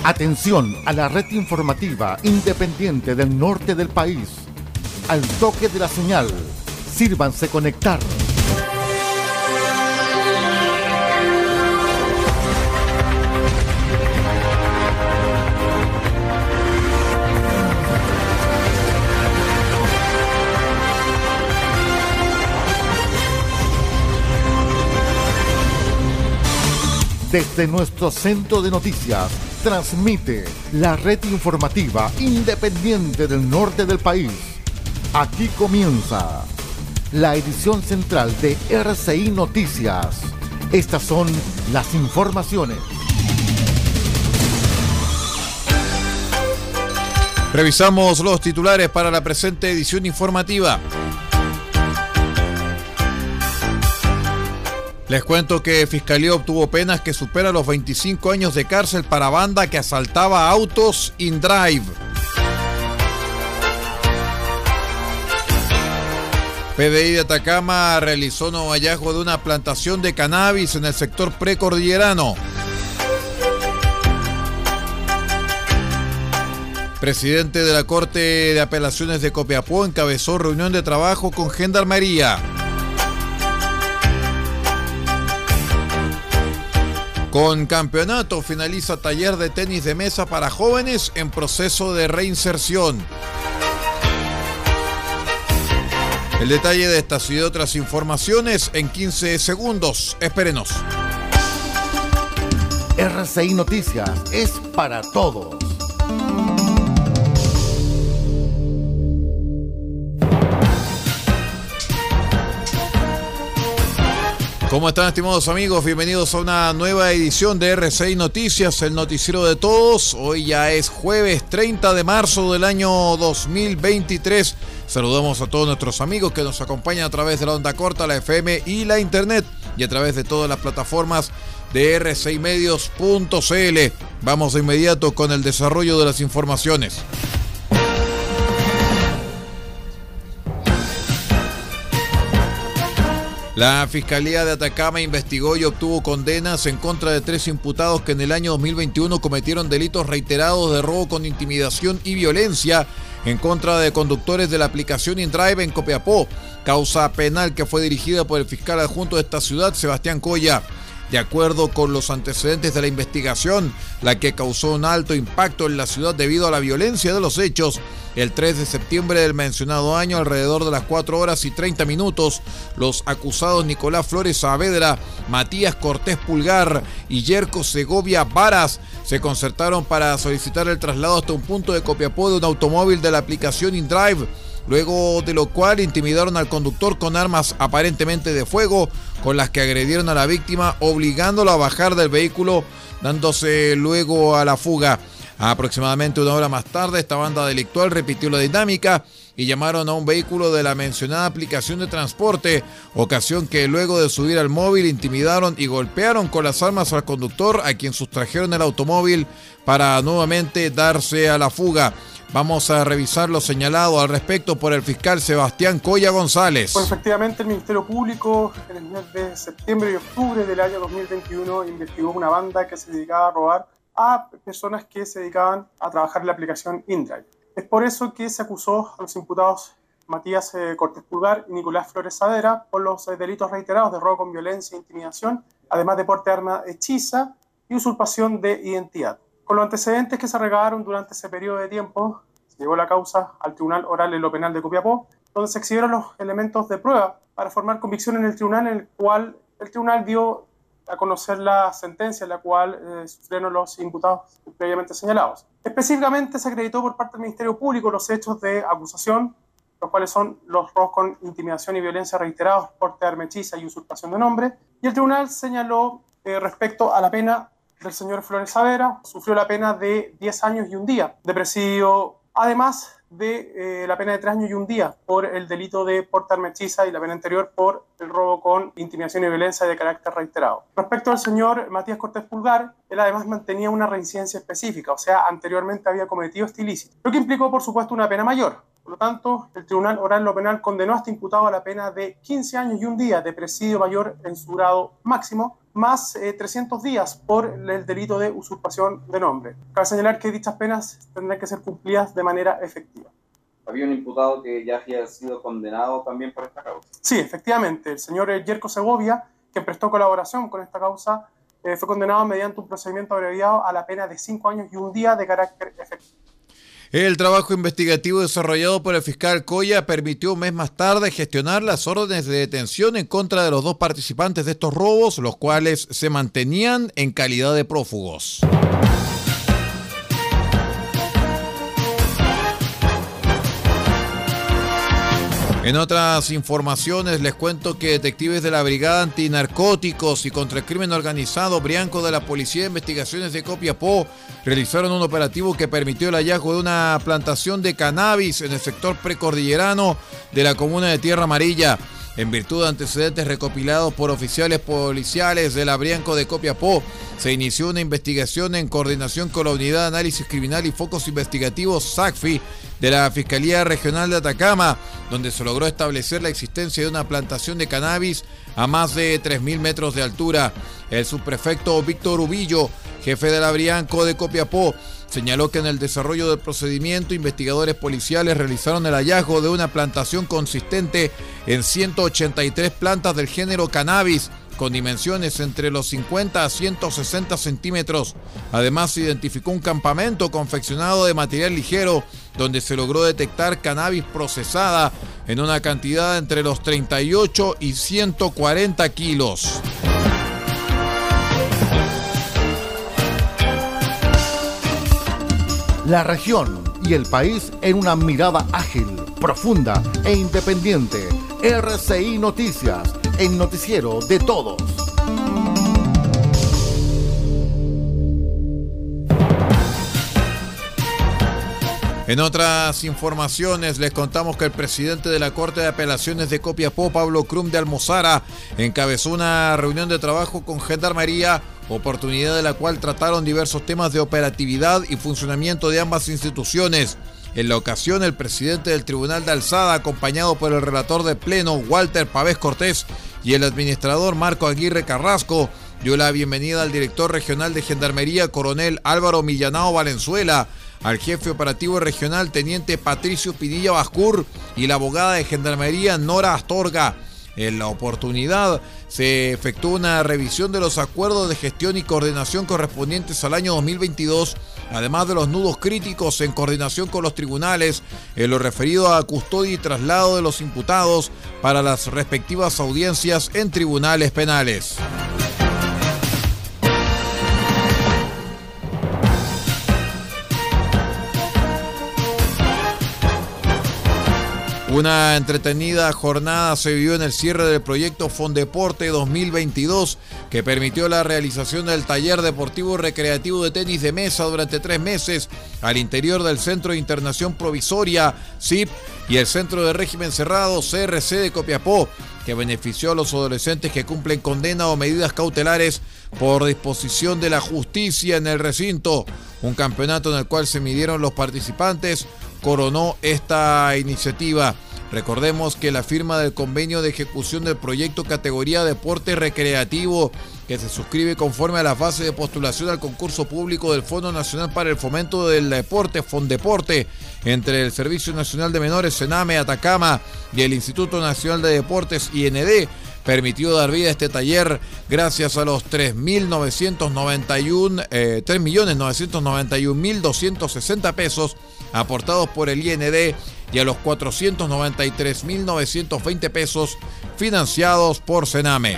Atención a la red informativa independiente del norte del país. Al toque de la señal, sírvanse conectar. Desde nuestro centro de noticias, transmite la red informativa independiente del norte del país. Aquí comienza la edición central de RCI Noticias. Estas son las informaciones. Revisamos los titulares para la presente edición informativa. Les cuento que Fiscalía obtuvo penas que superan los 25 años de cárcel para banda que asaltaba autos InDrive. PDI de Atacama realizó nuevo hallazgo de una plantación de cannabis en el sector precordillerano. Presidente de la Corte de Apelaciones de Copiapó encabezó reunión de trabajo con Gendarmería. Con campeonato finaliza taller de tenis de mesa para jóvenes en proceso de reinserción. El detalle de estas y de otras informaciones en 15 segundos. Espérenos. RCI Noticias es para todos. ¿Cómo están, estimados amigos? Bienvenidos a una nueva edición de RCI Noticias, el noticiero de todos. Hoy ya es jueves 30 de marzo del año 2023. Saludamos a todos nuestros amigos que nos acompañan a través de la onda corta, la FM y la internet, y a través de todas las plataformas de rcimedios.cl. Vamos de inmediato con el desarrollo de las informaciones. La Fiscalía de Atacama investigó y obtuvo condenas en contra de 3 imputados que en el año 2021 cometieron delitos reiterados de robo con intimidación y violencia en contra de conductores de la aplicación InDrive en Copiapó, causa penal que fue dirigida por el fiscal adjunto de esta ciudad, Sebastián Coya. De acuerdo con los antecedentes de la investigación, la que causó un alto impacto en la ciudad debido a la violencia de los hechos, el 3 de septiembre del mencionado año, alrededor de las 4:30, los acusados Nicolás Flores Saavedra, Matías Cortés Pulgar y Yerko Segovia Varas se concertaron para solicitar el traslado hasta un punto de Copiapó de un automóvil de la aplicación InDrive, luego de lo cual intimidaron al conductor con armas aparentemente de fuego, con las que agredieron a la víctima, obligándolo a bajar del vehículo, dándose luego a la fuga. Aproximadamente una hora más tarde, esta banda delictual repitió la dinámica y llamaron a un vehículo de la mencionada aplicación de transporte, ocasión que luego de subir al móvil intimidaron y golpearon con las armas al conductor, a quien sustrajeron el automóvil para nuevamente darse a la fuga. Vamos a revisar lo señalado al respecto por el fiscal Sebastián Coya González. Pues efectivamente el Ministerio Público en el mes de septiembre y octubre del año 2021 investigó una banda que se dedicaba a robar a personas que se dedicaban a trabajar en la aplicación InDrive. Es por eso que se acusó a los imputados Matías Cortés Pulgar y Nicolás Flores Saavedra por los delitos reiterados de robo con violencia e intimidación, además de porte de arma hechiza y usurpación de identidad. Con los antecedentes que se recabaron durante ese periodo de tiempo, se llevó la causa al Tribunal Oral en lo Penal de Copiapó, donde se exhibieron los elementos de prueba para formar convicción en el tribunal, en el cual el tribunal dio a conocer la sentencia en la cual sufrieron los imputados previamente señalados. Específicamente se acreditó por parte del Ministerio Público los hechos de acusación, los cuales son los robos con intimidación y violencia reiterados, porte de arma hechiza y usurpación de nombre, y el tribunal señaló respecto a la pena del señor Flores Saavedra, sufrió la pena de 10 años y un día de presidio, además de la pena de 3 años y un día por el delito de porte de arma hechiza y la pena anterior por el robo con intimidación y violencia de carácter reiterado. Respecto al señor Matías Cortés Pulgar, él además mantenía una reincidencia específica, o sea, anteriormente había cometido este ilícito, lo que implicó, por supuesto, una pena mayor. Por lo tanto, el Tribunal Oral en lo Penal condenó a este imputado a la pena de 15 años y un día de presidio mayor en su grado máximo, más 300 días por el delito de usurpación de nombre. Cabe señalar que dichas penas tendrán que ser cumplidas de manera efectiva. ¿Había un imputado que ya había sido condenado también por esta causa? Sí, efectivamente. El señor Yerko Segovia, que prestó colaboración con esta causa, fue condenado mediante un procedimiento abreviado a la pena de 5 años y 1 día de carácter efectivo. El trabajo investigativo desarrollado por el fiscal Coya permitió un mes más tarde gestionar las órdenes de detención en contra de los 2 participantes de estos robos, los cuales se mantenían en calidad de prófugos. En otras informaciones les cuento que detectives de la Brigada Antinarcóticos y contra el Crimen Organizado Brianco de la Policía de Investigaciones de Copiapó realizaron un operativo que permitió el hallazgo de una plantación de cannabis en el sector precordillerano de la comuna de Tierra Amarilla. En virtud de antecedentes recopilados por oficiales policiales de la Brianco de Copiapó, se inició una investigación en coordinación con la Unidad de Análisis Criminal y Focos Investigativos SACFI de la Fiscalía Regional de Atacama, donde se logró establecer la existencia de una plantación de cannabis a más de 3.000 metros de altura. El subprefecto Víctor Ubillo, jefe de la Brianco de Copiapó, señaló que en el desarrollo del procedimiento, investigadores policiales realizaron el hallazgo de una plantación consistente en 183 plantas del género cannabis, con dimensiones entre los 50 a 160 centímetros. Además, se identificó un campamento confeccionado de material ligero, donde se logró detectar cannabis procesada en una cantidad entre los 38 y 140 kilos. La región y el país en una mirada ágil, profunda e independiente. RCI Noticias, el noticiero de todos. En otras informaciones les contamos que el presidente de la Corte de Apelaciones de Copiapó, Pablo Krum de Almozara, encabezó una reunión de trabajo con Gendarmería, oportunidad de la cual trataron diversos temas de operatividad y funcionamiento de ambas instituciones. En la ocasión, el presidente del Tribunal de Alzada, acompañado por el relator de Pleno, Walter Pavés Cortés, y el administrador Marco Aguirre Carrasco, dio la bienvenida al director regional de Gendarmería, coronel Álvaro Millanao Valenzuela, al jefe operativo regional, teniente Patricio Pinilla Bascur, y la abogada de Gendarmería, Nora Astorga. En la oportunidad se efectuó una revisión de los acuerdos de gestión y coordinación correspondientes al año 2022, además de los nudos críticos en coordinación con los tribunales en lo referido a custodia y traslado de los imputados para las respectivas audiencias en tribunales penales. Una entretenida jornada se vivió en el cierre del proyecto Fondeporte 2022, que permitió la realización del taller deportivo recreativo de tenis de mesa durante 3 meses al interior del Centro de Internación Provisoria, CIP, y el Centro de Régimen Cerrado, CRC de Copiapó, que benefició a los adolescentes que cumplen condena o medidas cautelares por disposición de la justicia en el recinto. Un campeonato en el cual se midieron los participantes coronó esta iniciativa. Recordemos que la firma del convenio de ejecución del proyecto categoría Deporte Recreativo, que se suscribe conforme a la fase de postulación al concurso público del Fondo Nacional para el Fomento del Deporte, Fondeporte, entre el Servicio Nacional de Menores, SENAME, Atacama, y el Instituto Nacional de Deportes, IND, permitió dar vida a este taller gracias a los 3.991.260 pesos aportados por el IND y a los 493.920 pesos financiados por Sename.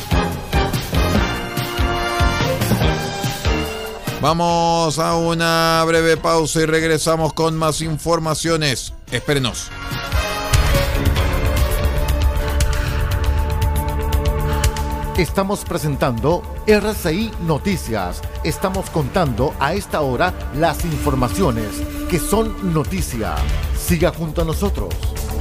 Vamos a una breve pausa y regresamos con más informaciones. Espérenos. Estamos presentando RCI Noticias. Estamos contando a esta hora las informaciones que son noticia. Siga junto a nosotros.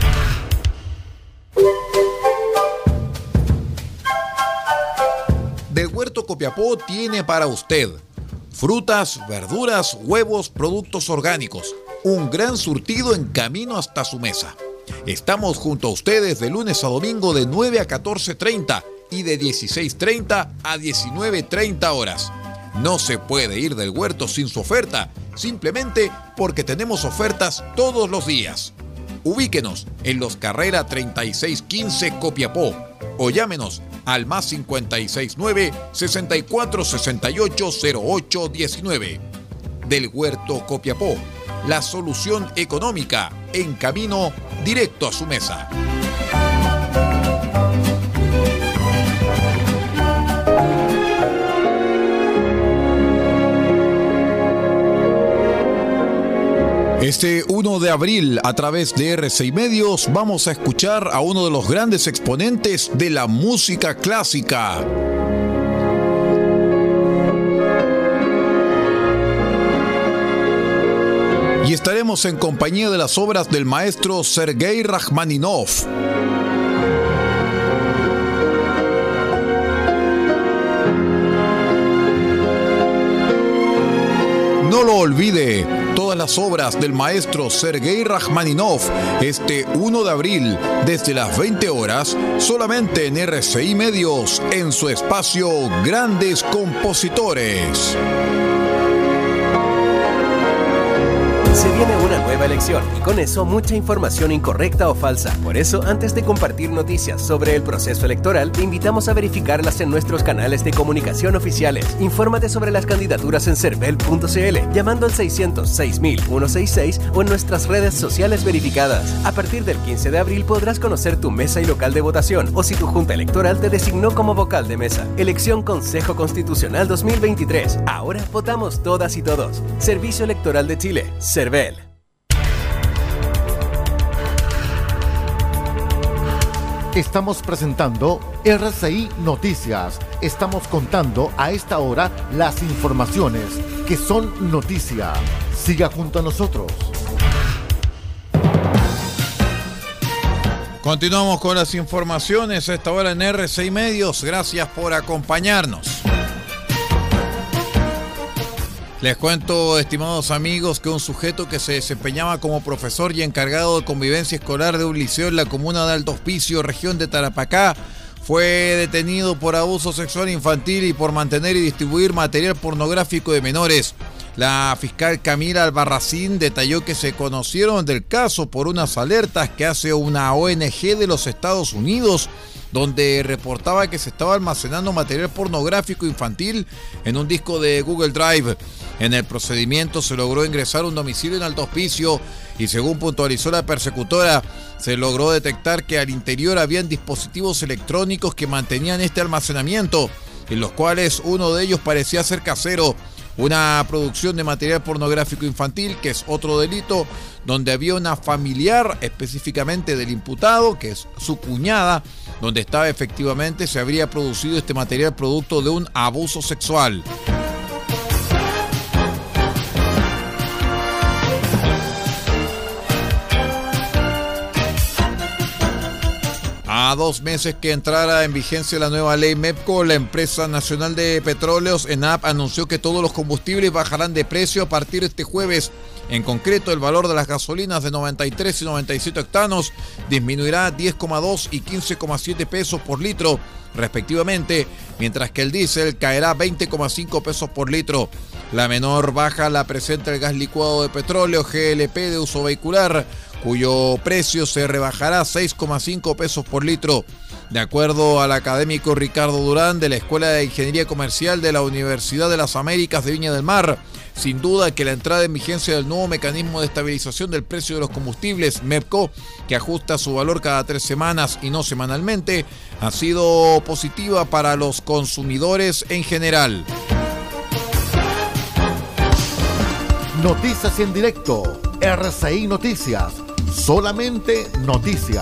Del Huerto Copiapó tiene para usted frutas, verduras, huevos, productos orgánicos. Un gran surtido en camino hasta su mesa. Estamos junto a ustedes de lunes a domingo de 9 a 14:30 y de 16:30 a 19:30 horas. No se puede ir del huerto sin su oferta, simplemente porque tenemos ofertas todos los días. Ubíquenos en Los Carrera 3615 Copiapó o llámenos al +569 64 68 08 19. Del Huerto Copiapó, la solución económica en camino directo a su mesa. Este 1 de abril, a través de RCI Medios, vamos a escuchar a uno de los grandes exponentes de la música clásica. Y estaremos en compañía de las obras del maestro Sergei Rachmaninoff. No lo olvide, todas las obras del maestro Sergei Rachmaninoff este 1 de abril desde las 20 horas solamente en RCI Medios en su espacio Grandes Compositores. Se viene una nueva elección y con eso mucha información incorrecta o falsa. Por eso, antes de compartir noticias sobre el proceso electoral, te invitamos a verificarlas en nuestros canales de comunicación oficiales. Infórmate sobre las candidaturas en cervel.cl, llamando al 600-6000-166 o en nuestras redes sociales verificadas. A partir del 15 de abril podrás conocer tu mesa y local de votación o si tu junta electoral te designó como vocal de mesa. Elección Consejo Constitucional 2023. Ahora votamos todas y todos. Servicio Electoral de Chile. Cervel. Estamos presentando RCI Noticias. Estamos contando a esta hora las informaciones que son noticia. Siga junto a nosotros. Continuamos con las informaciones a esta hora en RCI Medios. Gracias por acompañarnos. Les cuento, estimados amigos, que un sujeto que se desempeñaba como profesor y encargado de convivencia escolar de un liceo en la comuna de Alto Hospicio, región de Tarapacá, fue detenido por abuso sexual infantil y por mantener y distribuir material pornográfico de menores. La fiscal Camila Albarracín detalló que se conocieron del caso por unas alertas que hace una ONG de los Estados Unidos, donde reportaba que se estaba almacenando material pornográfico infantil en un disco de Google Drive. En el procedimiento se logró ingresar a un domicilio en Alto Hospicio y, según puntualizó la persecutora, se logró detectar que al interior habían dispositivos electrónicos que mantenían este almacenamiento, en los cuales uno de ellos parecía ser casero. Una producción de material pornográfico infantil, que es otro delito, donde había una familiar específicamente del imputado, que es su cuñada, donde estaba efectivamente se habría producido este material producto de un abuso sexual. A 2 meses que entrara en vigencia la nueva ley MEPCO, la empresa nacional de petróleos, ENAP, anunció que todos los combustibles bajarán de precio a partir de este jueves. En concreto, el valor de las gasolinas de 93 y 97 octanos disminuirá 10,2 y 15,7 pesos por litro, respectivamente, mientras que el diésel caerá 20,5 pesos por litro. La menor baja la presenta el gas licuado de petróleo GLP de uso vehicular, cuyo precio se rebajará 6,5 pesos por litro. De acuerdo al académico Ricardo Durán de la Escuela de Ingeniería Comercial de la Universidad de las Américas de Viña del Mar, sin duda que la entrada en vigencia del nuevo mecanismo de estabilización del precio de los combustibles, MEPCO, que ajusta su valor cada 3 semanas y no semanalmente, ha sido positiva para los consumidores en general. Noticias en directo. RCI Noticias. Solamente noticias.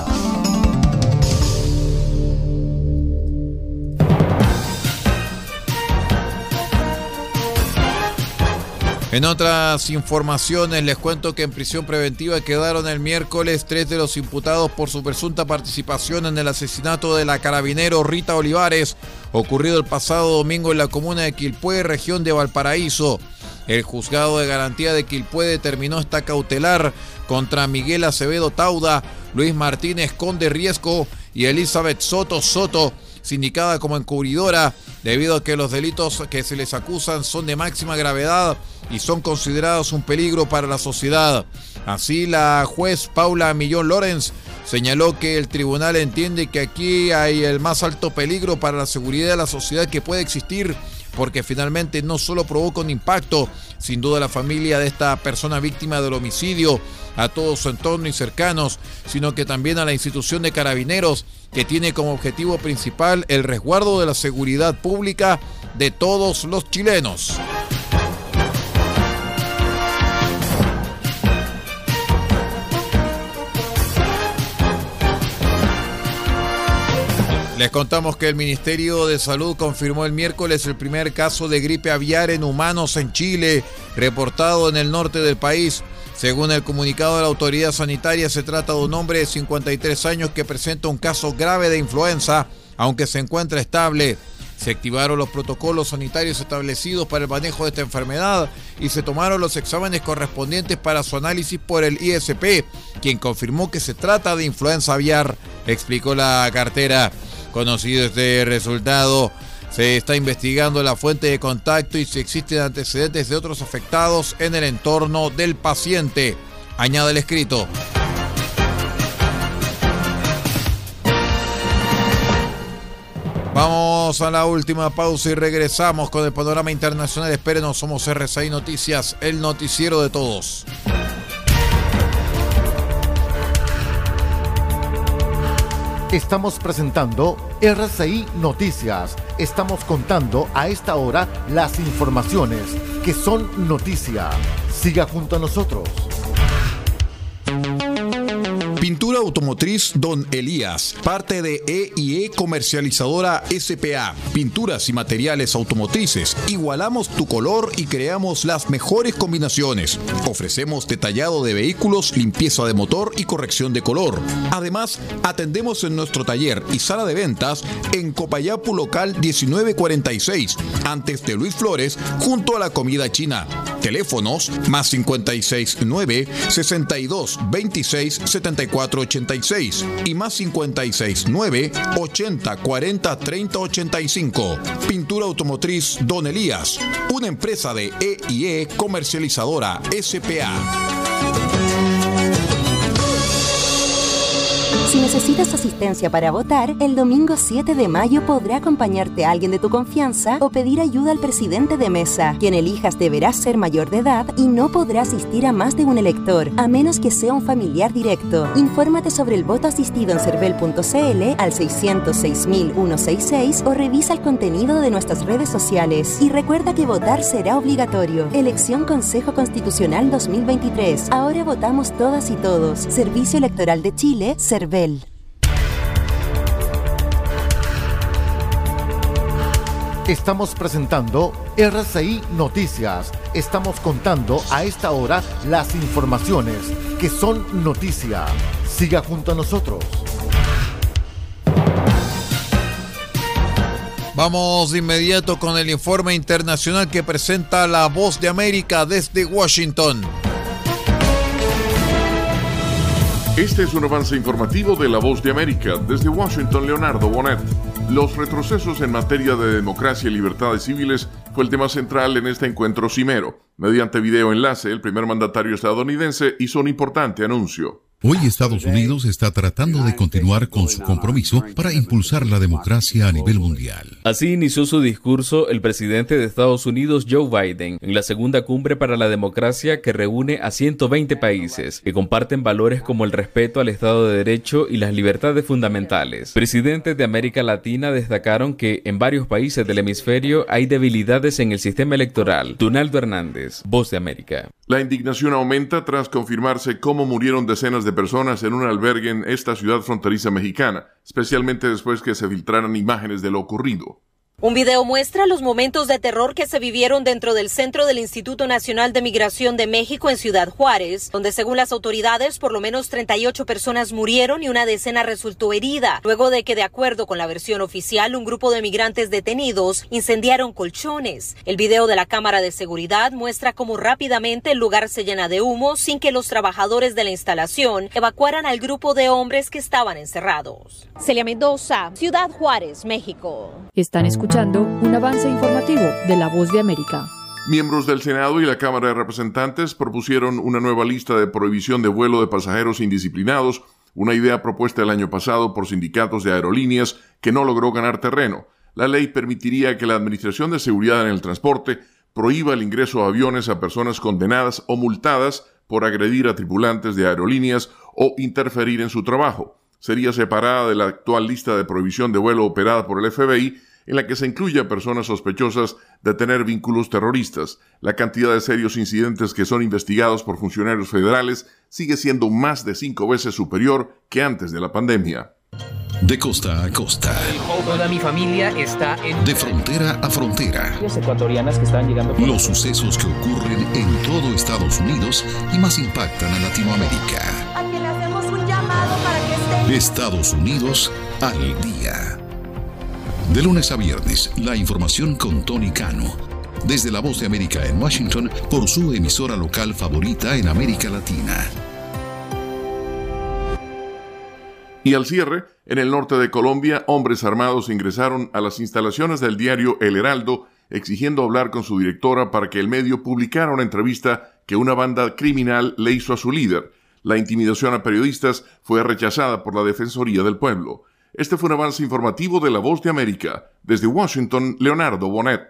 En otras informaciones les cuento que en prisión preventiva quedaron el miércoles 3 de los imputados por su presunta participación en el asesinato de la carabinero Rita Olivares, ocurrido el pasado domingo en la comuna de Quilpué, región de Valparaíso. El juzgado de garantía de Quilpué determinó esta cautelar contra Miguel Acevedo Tauda, Luis Martínez Conde Riesco y Elizabeth Soto, sindicada como encubridora debido a que los delitos que se les acusan son de máxima gravedad y son considerados un peligro para la sociedad. Así, la juez Paula Millón Lorenz señaló que el tribunal entiende que aquí hay el más alto peligro para la seguridad de la sociedad que puede existir, porque finalmente no solo provoca un impacto, sin duda, a la familia de esta persona víctima del homicidio, a todo su entorno y cercanos, sino que también a la institución de Carabineros, que tiene como objetivo principal el resguardo de la seguridad pública de todos los chilenos. Les contamos que el Ministerio de Salud confirmó el miércoles el primer caso de gripe aviar en humanos en Chile, reportado en el norte del país. Según el comunicado de la autoridad sanitaria, se trata de un hombre de 53 años que presenta un caso grave de influenza, aunque se encuentra estable. Se activaron los protocolos sanitarios establecidos para el manejo de esta enfermedad y se tomaron los exámenes correspondientes para su análisis por el ISP, quien confirmó que se trata de influenza aviar, explicó la cartera. Conocido este resultado, se está investigando la fuente de contacto y si existen antecedentes de otros afectados en el entorno del paciente, añade el escrito. Vamos a la última pausa y regresamos con el panorama internacional. Espérenos, somos RCI Noticias, el noticiero de todos. Estamos presentando RCI Noticias. Estamos contando a esta hora las informaciones que son noticia. Siga junto a nosotros. Pintura automotriz Don Elías, parte de E&E Comercializadora S.P.A. Pinturas y materiales automotrices. Igualamos tu color y creamos las mejores combinaciones. Ofrecemos detallado de vehículos, limpieza de motor y corrección de color. Además, atendemos en nuestro taller y sala de ventas en Copayapu Local 1946, antes de Luis Flores, junto a la comida china. Teléfonos más 569 62 26 74 86 y más 569 80 40 30 85. Pintura automotriz Don Elías, una empresa de E&E Comercializadora S.P.A. Si necesitas asistencia para votar, el domingo 7 de mayo podrá acompañarte alguien de tu confianza o pedir ayuda al presidente de mesa. Quien elijas deberá ser mayor de edad y no podrá asistir a más de un elector, a menos que sea un familiar directo. Infórmate sobre el voto asistido en cervel.cl al 606.166 o revisa el contenido de nuestras redes sociales. Y recuerda que votar será obligatorio. Elección Consejo Constitucional 2023. Ahora votamos todas y todos. Servicio Electoral de Chile, Cervel. Estamos presentando RCI Noticias. Estamos contando a esta hora las informaciones que son noticia. Siga junto a nosotros. Vamos de inmediato con el informe internacional que presenta La Voz de América desde Washington. Este es un avance informativo de La Voz de América. Desde Washington, Leonardo Bonet. Los retrocesos en materia de democracia y libertades civiles fue el tema central en este encuentro cimero. Mediante videoenlace, el primer mandatario estadounidense hizo un importante anuncio. Hoy Estados Unidos está tratando de continuar con su compromiso para impulsar la democracia a nivel mundial. Así inició su discurso el presidente de Estados Unidos, Joe Biden, en la segunda cumbre para la democracia que reúne a 120 países que comparten valores como el respeto al Estado de Derecho y las libertades fundamentales. Presidentes de América Latina destacaron que en varios países del hemisferio hay debilidades en el sistema electoral. Donaldo Hernández, Voz de América. La indignación aumenta tras confirmarse cómo murieron decenas de personas en un albergue en esta ciudad fronteriza mexicana, especialmente después que se filtraran imágenes de lo ocurrido. Un video muestra los momentos de terror que se vivieron dentro del centro del Instituto Nacional de Migración de México en Ciudad Juárez, donde según las autoridades por lo menos 38 personas murieron y una decena resultó herida, luego de que, de acuerdo con la versión oficial, un grupo de migrantes detenidos incendiaron colchones. El video de la cámara de seguridad muestra cómo rápidamente el lugar se llena de humo sin que los trabajadores de la instalación evacuaran al grupo de hombres que estaban encerrados. Celia Mendoza, Ciudad Juárez, México. Están escuchando un avance informativo de La Voz de América. Miembros del Senado y la Cámara de Representantes propusieron una nueva lista de prohibición de vuelo de pasajeros indisciplinados, una idea propuesta el año pasado por sindicatos de aerolíneas que no logró ganar terreno. La ley permitiría que la Administración de Seguridad en el Transporte prohíba el ingreso a aviones a personas condenadas o multadas por agredir a tripulantes de aerolíneas o interferir en su trabajo. Sería separada de la actual lista de prohibición de vuelo operada por el FBI, en la que se incluye a personas sospechosas de tener vínculos terroristas. La cantidad de serios incidentes que son investigados por funcionarios federales sigue siendo más de 5 veces superior que antes de la pandemia. De costa a costa. Toda mi familia está en... De frontera a frontera. Ecuatorianas que están llegando... Los sucesos que ocurren en todo Estados Unidos y más impactan a Latinoamérica. A quien le hacemos un llamado para que estén... Estados Unidos al día. De lunes a viernes, la información con Tony Cano. Desde La Voz de América en Washington, por su emisora local favorita en América Latina. Y al cierre, en el norte de Colombia, hombres armados ingresaron a las instalaciones del diario El Heraldo, exigiendo hablar con su directora para que el medio publicara una entrevista que una banda criminal le hizo a su líder. La intimidación a periodistas fue rechazada por la Defensoría del Pueblo. Este fue un avance informativo de La Voz de América. Desde Washington, Leonardo Bonet.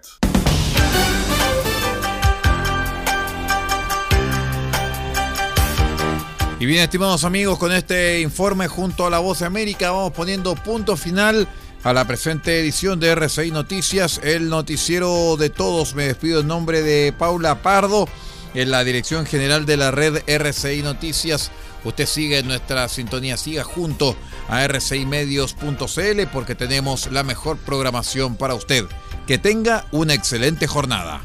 Y bien, estimados amigos, con este informe junto a La Voz de América vamos poniendo punto final a la presente edición de RCI Noticias, el noticiero de todos. Me despido en nombre de Paula Pardo, en la dirección general de la red RCI Noticias. Usted sigue en nuestra sintonía, siga junto a rcimedios.cl porque tenemos la mejor programación para usted. Que tenga una excelente jornada.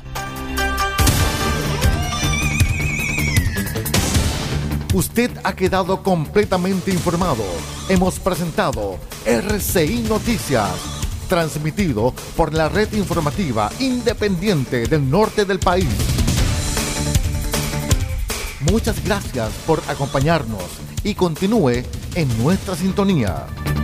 Usted ha quedado completamente informado. Hemos presentado RCI Noticias, transmitido por la red informativa independiente del norte del país. Muchas gracias por acompañarnos y continúe en nuestra sintonía.